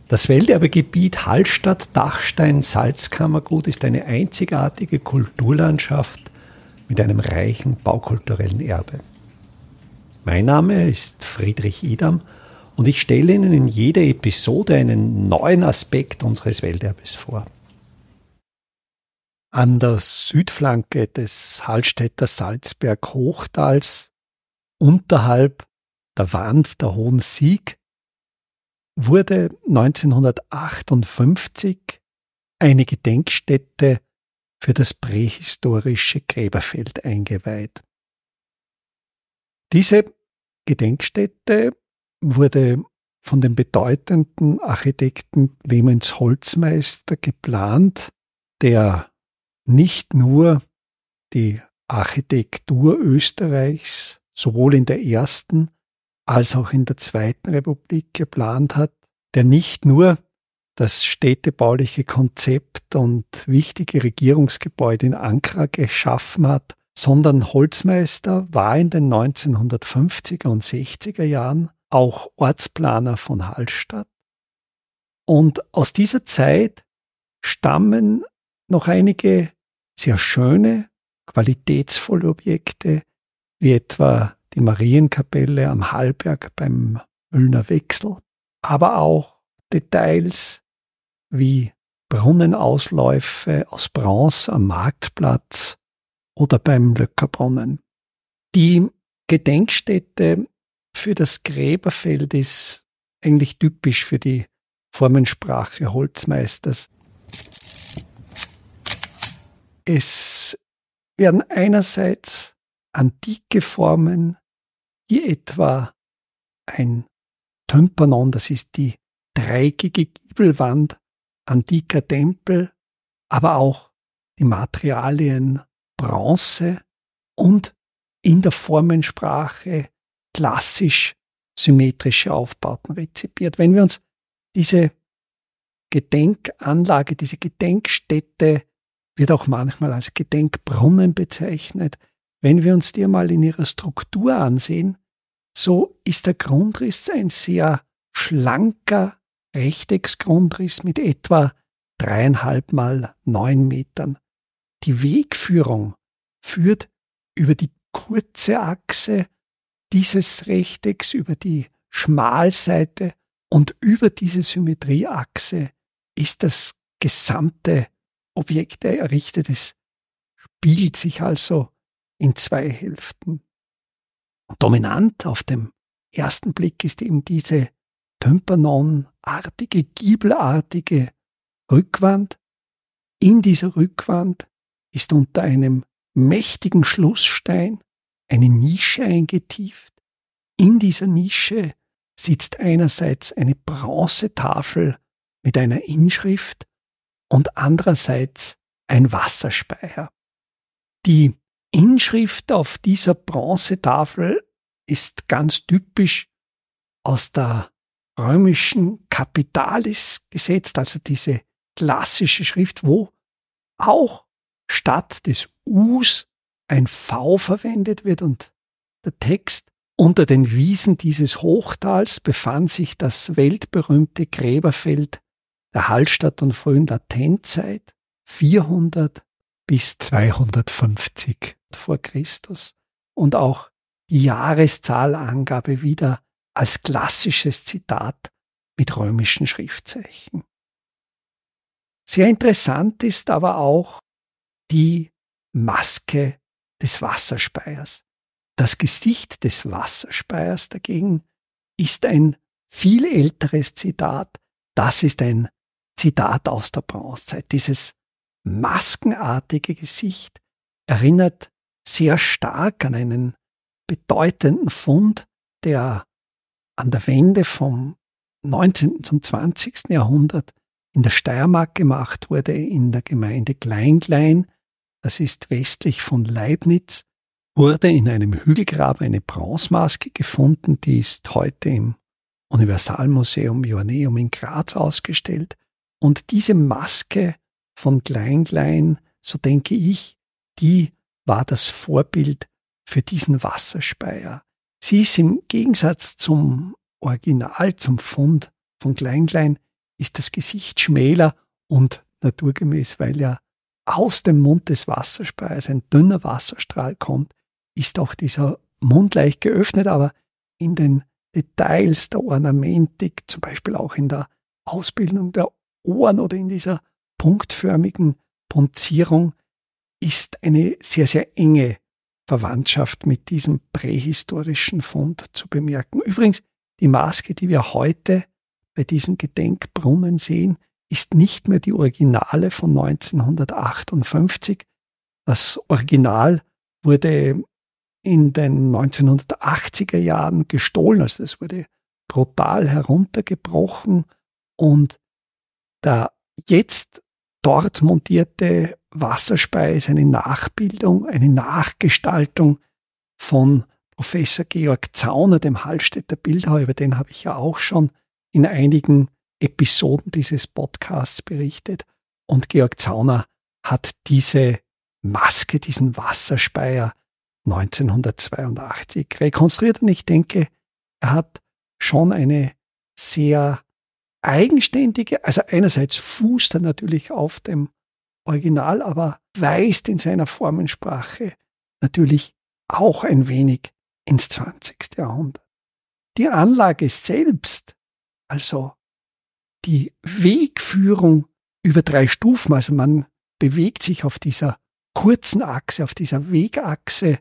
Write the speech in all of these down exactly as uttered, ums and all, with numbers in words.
Das Welterbegebiet Hallstatt-Dachstein-Salzkammergut ist eine einzigartige Kulturlandschaft mit einem reichen baukulturellen Erbe. Mein Name ist Friedrich Idam und ich stelle Ihnen in jeder Episode einen neuen Aspekt unseres Welterbes vor. An der Südflanke des Hallstätter Salzberg-Hochtals, unterhalb der Wand der Hohen Sieg, wurde neunzehnhundertachtundfünfzig eine Gedenkstätte für das prähistorische Gräberfeld eingeweiht. Diese Gedenkstätte wurde von dem bedeutenden Architekten Clemens Holzmeister geplant, der nicht nur die Architektur Österreichs sowohl in der ersten als auch in der Zweiten Republik geplant hat, der nicht nur das städtebauliche Konzept und wichtige Regierungsgebäude in Ankara geschaffen hat, sondern Holzmeister war in den neunzehnhundertfünfziger und sechziger Jahren auch Ortsplaner von Hallstatt. Und aus dieser Zeit stammen noch einige sehr schöne, qualitätsvolle Objekte, wie etwa die Marienkapelle am Hallberg beim Müllner Wechsel, aber auch Details wie Brunnenausläufe aus Bronze am Marktplatz oder beim Löckerbrunnen. Die Gedenkstätte für das Gräberfeld ist eigentlich typisch für die Formensprache Holzmeisters. Es werden einerseits antike Formen, wie etwa ein Tympanon, das ist die dreieckige Giebelwand antiker Tempel, aber auch die Materialien Bronze und in der Formensprache klassisch symmetrische Aufbauten rezipiert. Wenn wir uns diese Gedenkanlage, diese Gedenkstätte, wird auch manchmal als Gedenkbrunnen bezeichnet, wenn wir uns die mal in ihrer Struktur ansehen, so ist der Grundriss ein sehr schlanker Rechtecksgrundriss mit etwa dreieinhalb mal neun Metern. Die Wegführung führt über die kurze Achse dieses Rechtecks, über die Schmalseite und über diese Symmetrieachse ist das gesamte Objekt errichtet. Es spiegelt sich also in zwei Hälften. Dominant auf dem ersten Blick ist eben diese Tympanon-artige, giebelartige Rückwand. In dieser Rückwand ist unter einem mächtigen Schlussstein eine Nische eingetieft. In dieser Nische sitzt einerseits eine Bronzetafel mit einer Inschrift und andererseits ein Wasserspeicher. Die Inschrift auf dieser Bronzetafel ist ganz typisch aus der römischen Capitalis gesetzt, also diese klassische Schrift, wo auch statt des U's ein V verwendet wird und der Text: Unter den Wiesen dieses Hochtals befand sich das weltberühmte Gräberfeld der Hallstatt- und frühen Latènezeit vierhundert bis zweihundertfünfzig vor Christus und auch die Jahreszahlangabe wieder als klassisches Zitat mit römischen Schriftzeichen. Sehr interessant ist aber auch die Maske des Wasserspeiers. Das Gesicht des Wasserspeiers dagegen ist ein viel älteres Zitat. Das ist ein Zitat aus der Bronzezeit. Dieses maskenartige Gesicht erinnert sehr stark an einen bedeutenden Fund, der an der Wende vom neunzehnten zum zwanzigsten Jahrhundert in der Steiermark gemacht wurde, in der Gemeinde Klein-Klein. Das ist westlich von Leibnitz. Wurde in einem Hügelgraben eine Bronzemaske gefunden, die ist heute im Universalmuseum Joanneum in Graz ausgestellt. Und diese Maske von Klein-Klein, so denke ich, die war das Vorbild für diesen Wasserspeier. Sie ist im Gegensatz zum Original, zum Fund von Klein-Klein ist das Gesicht schmäler und naturgemäß, weil ja aus dem Mund des Wasserspeiers ein dünner Wasserstrahl kommt, ist auch dieser Mund leicht geöffnet, aber in den Details der Ornamentik, zum Beispiel auch in der Ausbildung der Ohren oder in dieser punktförmigen Punzierung, ist eine sehr, sehr enge Verwandtschaft mit diesem prähistorischen Fund zu bemerken. Übrigens, die Maske, die wir heute bei diesem Gedenkbrunnen sehen, ist nicht mehr die Originale von neunzehnhundertachtundfünfzig. Das Original wurde in den neunzehnhundertachtziger Jahren gestohlen, also es wurde brutal heruntergebrochen und der jetzt dort montierte Wasserspeier ist eine Nachbildung, eine Nachgestaltung von Professor Georg Zauner, dem Hallstätter Bildhauer, über den habe ich ja auch schon in einigen Episoden dieses Podcasts berichtet. Und Georg Zauner hat diese Maske, diesen Wasserspeier neunzehnhundertzweiundachtzig rekonstruiert. Und ich denke, er hat schon eine sehr eigenständige, also einerseits fußt er natürlich auf dem Original, aber weist in seiner Formensprache natürlich auch ein wenig ins zwanzigste Jahrhundert. Die Anlage selbst, also die Wegführung über drei Stufen, also man bewegt sich auf dieser kurzen Achse, auf dieser Wegachse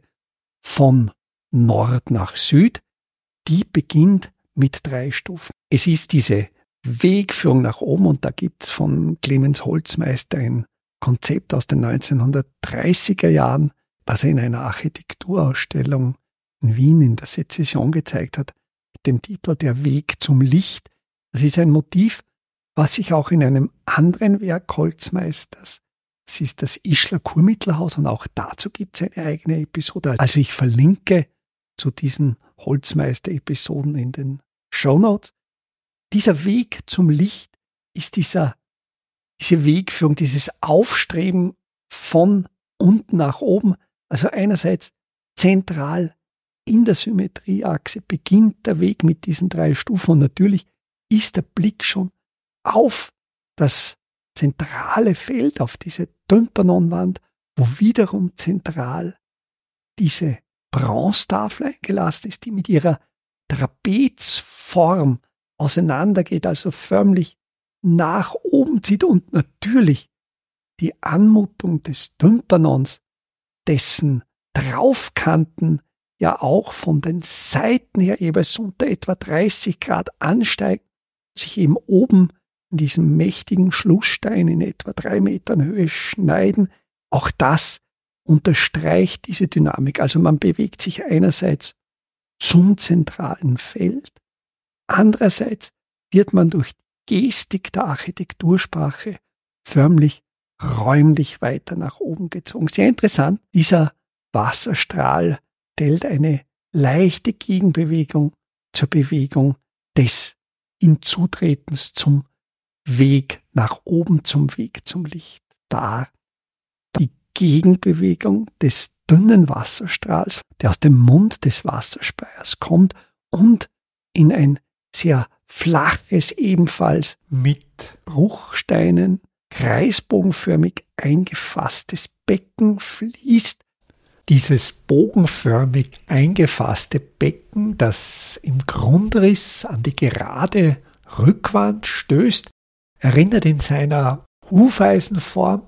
von Nord nach Süd, die beginnt mit drei Stufen. Es ist diese Wegführung nach oben und da gibt's von Clemens Holzmeister ein Konzept aus den neunzehnhundertdreißiger Jahren, das er in einer Architekturausstellung in Wien in der Sezession gezeigt hat, mit dem Titel Der Weg zum Licht. Das ist ein Motiv, was sich auch in einem anderen Werk Holzmeisters, das ist das Ischler Kurmittelhaus und auch dazu gibt es eine eigene Episode. Also ich verlinke zu diesen Holzmeister-Episoden in den Shownotes. Dieser Weg zum Licht ist dieser, diese Wegführung, dieses Aufstreben von unten nach oben, also einerseits zentral in der Symmetrieachse beginnt der Weg mit diesen drei Stufen und natürlich ist der Blick schon auf das zentrale Feld, auf diese Tympanonwand, wo wiederum zentral diese Bronzetafel eingelassen ist, die mit ihrer Trapezform auseinandergeht, also förmlich nach oben zieht und natürlich die Anmutung des Tympanons, dessen Draufkanten ja auch von den Seiten her jeweils unter etwa dreißig Grad ansteigen, sich eben oben in diesem mächtigen Schlussstein in etwa drei Metern Höhe schneiden. Auch das unterstreicht diese Dynamik. Also man bewegt sich einerseits zum zentralen Feld, andererseits wird man durch die Gestik der Architektursprache förmlich räumlich weiter nach oben gezogen. Sehr interessant, dieser Wasserstrahl stellt eine leichte Gegenbewegung zur Bewegung des Hinzutretens zum Weg nach oben, zum Weg zum Licht dar. Die Gegenbewegung des dünnen Wasserstrahls, der aus dem Mund des Wasserspeiers kommt und in ein sehr flaches, ebenfalls mit Bruchsteinen, kreisbogenförmig eingefasstes Becken fließt. Dieses bogenförmig eingefasste Becken, das im Grundriss an die gerade Rückwand stößt, erinnert in seiner Hufeisenform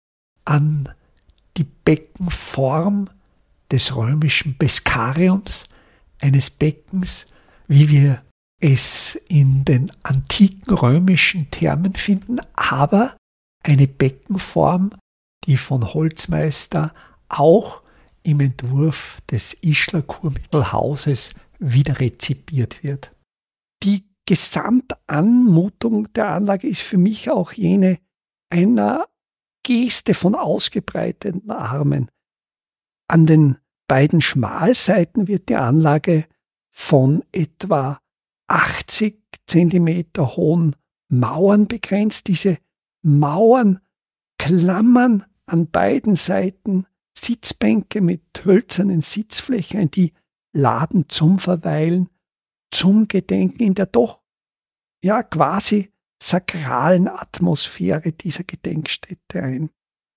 an die Beckenform des römischen Beskariums, eines Beckens, wie wir es in den antiken römischen Thermen finden, aber eine Beckenform, die von Holzmeister auch im Entwurf des Ischler Kurmittelhauses wieder rezipiert wird. Die Gesamtanmutung der Anlage ist für mich auch jene einer Geste von ausgebreiteten Armen. An den beiden Schmalseiten wird die Anlage von etwa achtzig Zentimeter hohen Mauern begrenzt. Diese Mauern klammern an beiden Seiten Sitzbänke mit hölzernen Sitzflächen, die laden zum Verweilen, zum Gedenken in der doch ja quasi sakralen Atmosphäre dieser Gedenkstätte ein.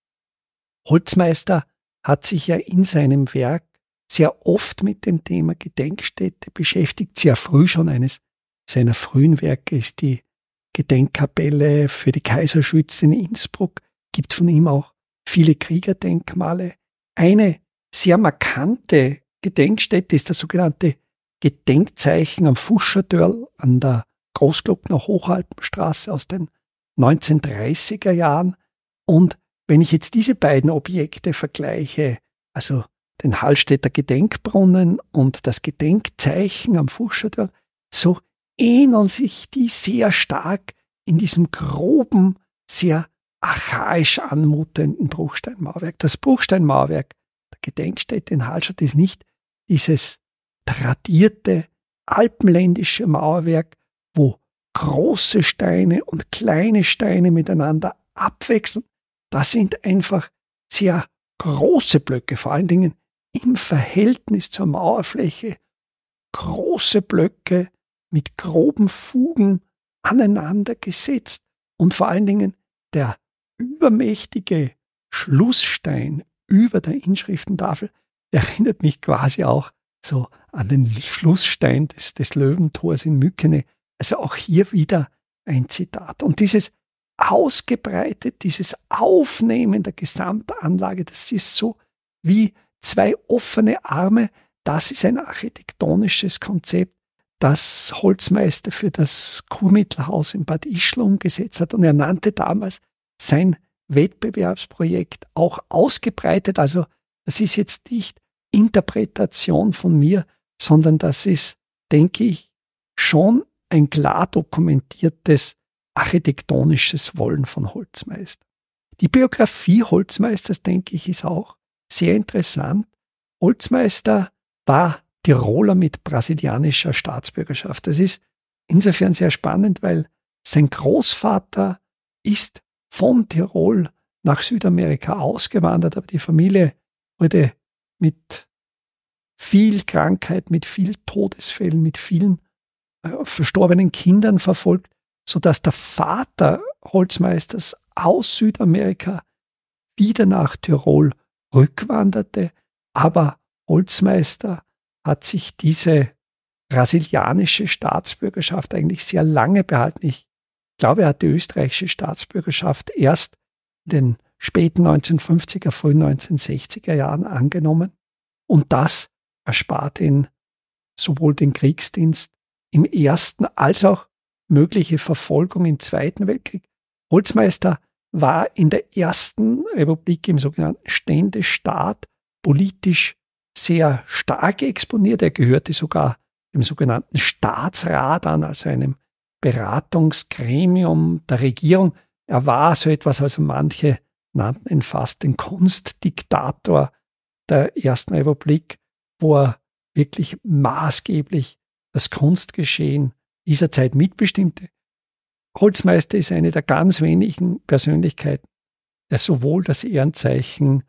Holzmeister hat sich ja in seinem Werk sehr oft mit dem Thema Gedenkstätte beschäftigt. Sehr früh schon, eines seiner frühen Werke ist die Gedenkkapelle für die Kaiserschütze in Innsbruck. Gibt von ihm auch viele Kriegerdenkmale. Eine sehr markante Gedenkstätte ist das sogenannte Gedenkzeichen am Fuscherdörl an der Großglockner Hochalpenstraße aus den neunzehnhundertdreißiger Jahren. Und wenn ich jetzt diese beiden Objekte vergleiche, also den Hallstätter Gedenkbrunnen und das Gedenkzeichen am Fuscherdörl, so ähneln sich die sehr stark in diesem groben, sehr archaisch anmutenden Bruchsteinmauerwerk. Das Bruchsteinmauerwerk der Gedenkstätte in Hallstatt ist nicht dieses tradierte alpenländische Mauerwerk, wo große Steine und kleine Steine miteinander abwechseln. Das sind einfach sehr große Blöcke, vor allen Dingen im Verhältnis zur Mauerfläche. Große Blöcke mit groben Fugen aneinander gesetzt und vor allen Dingen der übermächtige Schlussstein über der Inschriftentafel erinnert mich quasi auch so an den Schlussstein des, des Löwentors in Mykene. Also auch hier wieder ein Zitat. Und dieses ausgebreitet, dieses Aufnehmen der Gesamtanlage, das ist so wie zwei offene Arme. Das ist ein architektonisches Konzept, das Holzmeister für das Kurmittelhaus in Bad Ischl umgesetzt hat. Und er nannte damals sein Wettbewerbsprojekt auch ausgebreitet. Also das ist jetzt nicht Interpretation von mir, sondern das ist, denke ich, schon ein klar dokumentiertes architektonisches Wollen von Holzmeister. Die Biografie Holzmeisters, denke ich, ist auch sehr interessant. Holzmeister war Tiroler mit brasilianischer Staatsbürgerschaft. Das ist insofern sehr spannend, weil sein Großvater ist von Tirol nach Südamerika ausgewandert, aber die Familie wurde mit viel Krankheit, mit viel Todesfällen, mit vielen äh, verstorbenen Kindern verfolgt, sodass der Vater Holzmeisters aus Südamerika wieder nach Tirol rückwanderte. Aber Holzmeister hat sich diese brasilianische Staatsbürgerschaft eigentlich sehr lange behalten. Ich glaube, er hat die österreichische Staatsbürgerschaft erst in den späten neunzehnhundertfünfziger, frühen neunzehnhundertsechziger Jahren angenommen. Und das erspart ihn sowohl den Kriegsdienst im Ersten als auch mögliche Verfolgung im Zweiten Weltkrieg. Holzmeister war in der Ersten Republik im sogenannten Ständestaat politisch sehr stark exponiert. Er gehörte sogar dem sogenannten Staatsrat an, also einem Beratungsgremium der Regierung. Er war so etwas, also manche nannten ihn fast den Kunstdiktator der Ersten Republik, wo er wirklich maßgeblich das Kunstgeschehen dieser Zeit mitbestimmte. Holzmeister ist eine der ganz wenigen Persönlichkeiten, der sowohl das Ehrenzeichen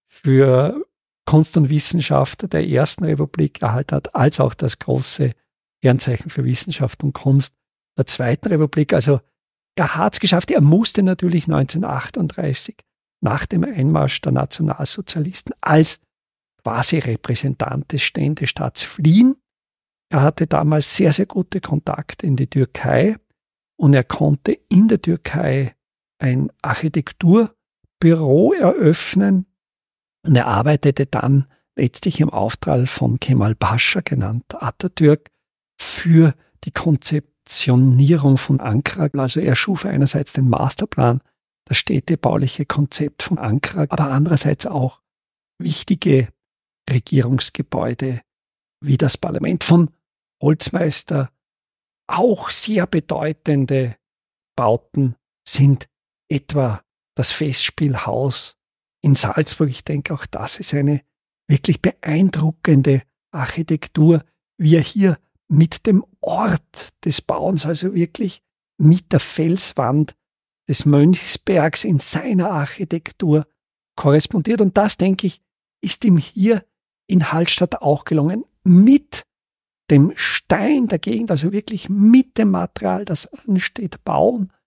für Kunst und Wissenschaft der Ersten Republik erhalten hat, als auch das große Ehrenzeichen für Wissenschaft und Kunst der Zweiten Republik. Also er hat es geschafft. Er musste natürlich neunzehnhundertachtunddreißig nach dem Einmarsch der Nationalsozialisten als quasi Repräsentant des Ständestaats fliehen. Er hatte damals sehr, sehr gute Kontakte in die Türkei und er konnte in der Türkei ein Architekturbüro eröffnen und er arbeitete dann letztlich im Auftrag von Kemal Pascha, genannt Atatürk, für die Konzeptionierung von Ankara. Also er schuf einerseits den Masterplan, das städtebauliche Konzept von Ankara, aber andererseits auch wichtige Regierungsgebäude wie das Parlament. Von Holzmeister auch sehr bedeutende Bauten sind etwa das Festspielhaus in Salzburg. Ich denke, auch das ist eine wirklich beeindruckende Architektur, wie er hier mit dem Ort des Bauens, also wirklich mit der Felswand des Mönchsbergs in seiner Architektur korrespondiert. Und das, denke ich, ist ihm hier in Hallstatt auch gelungen, mit dem Stein der Gegend, also wirklich mit dem Material, das ansteht, bauen,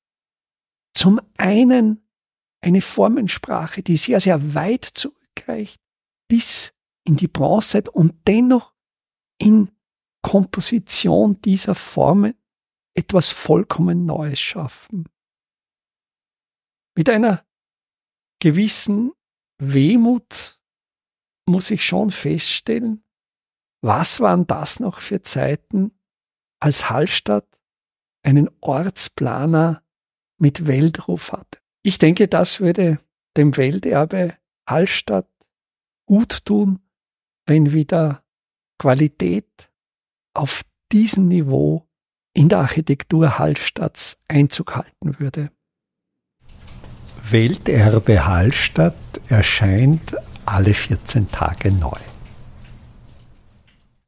Zum einen eine Formensprache, die sehr, sehr weit zurückreicht, bis in die Bronzezeit und dennoch in Komposition dieser Formen etwas vollkommen Neues schaffen. Mit einer gewissen Wehmut muss ich schon feststellen, was waren das noch für Zeiten, als Hallstatt einen Ortsplaner mit Weltruf hatte. Ich denke, das würde dem Welterbe Hallstatt gut tun, wenn wieder Qualität auf diesem Niveau in der Architektur Hallstatts Einzug halten würde. Welterbe Hallstatt erscheint alle vierzehn Tage neu.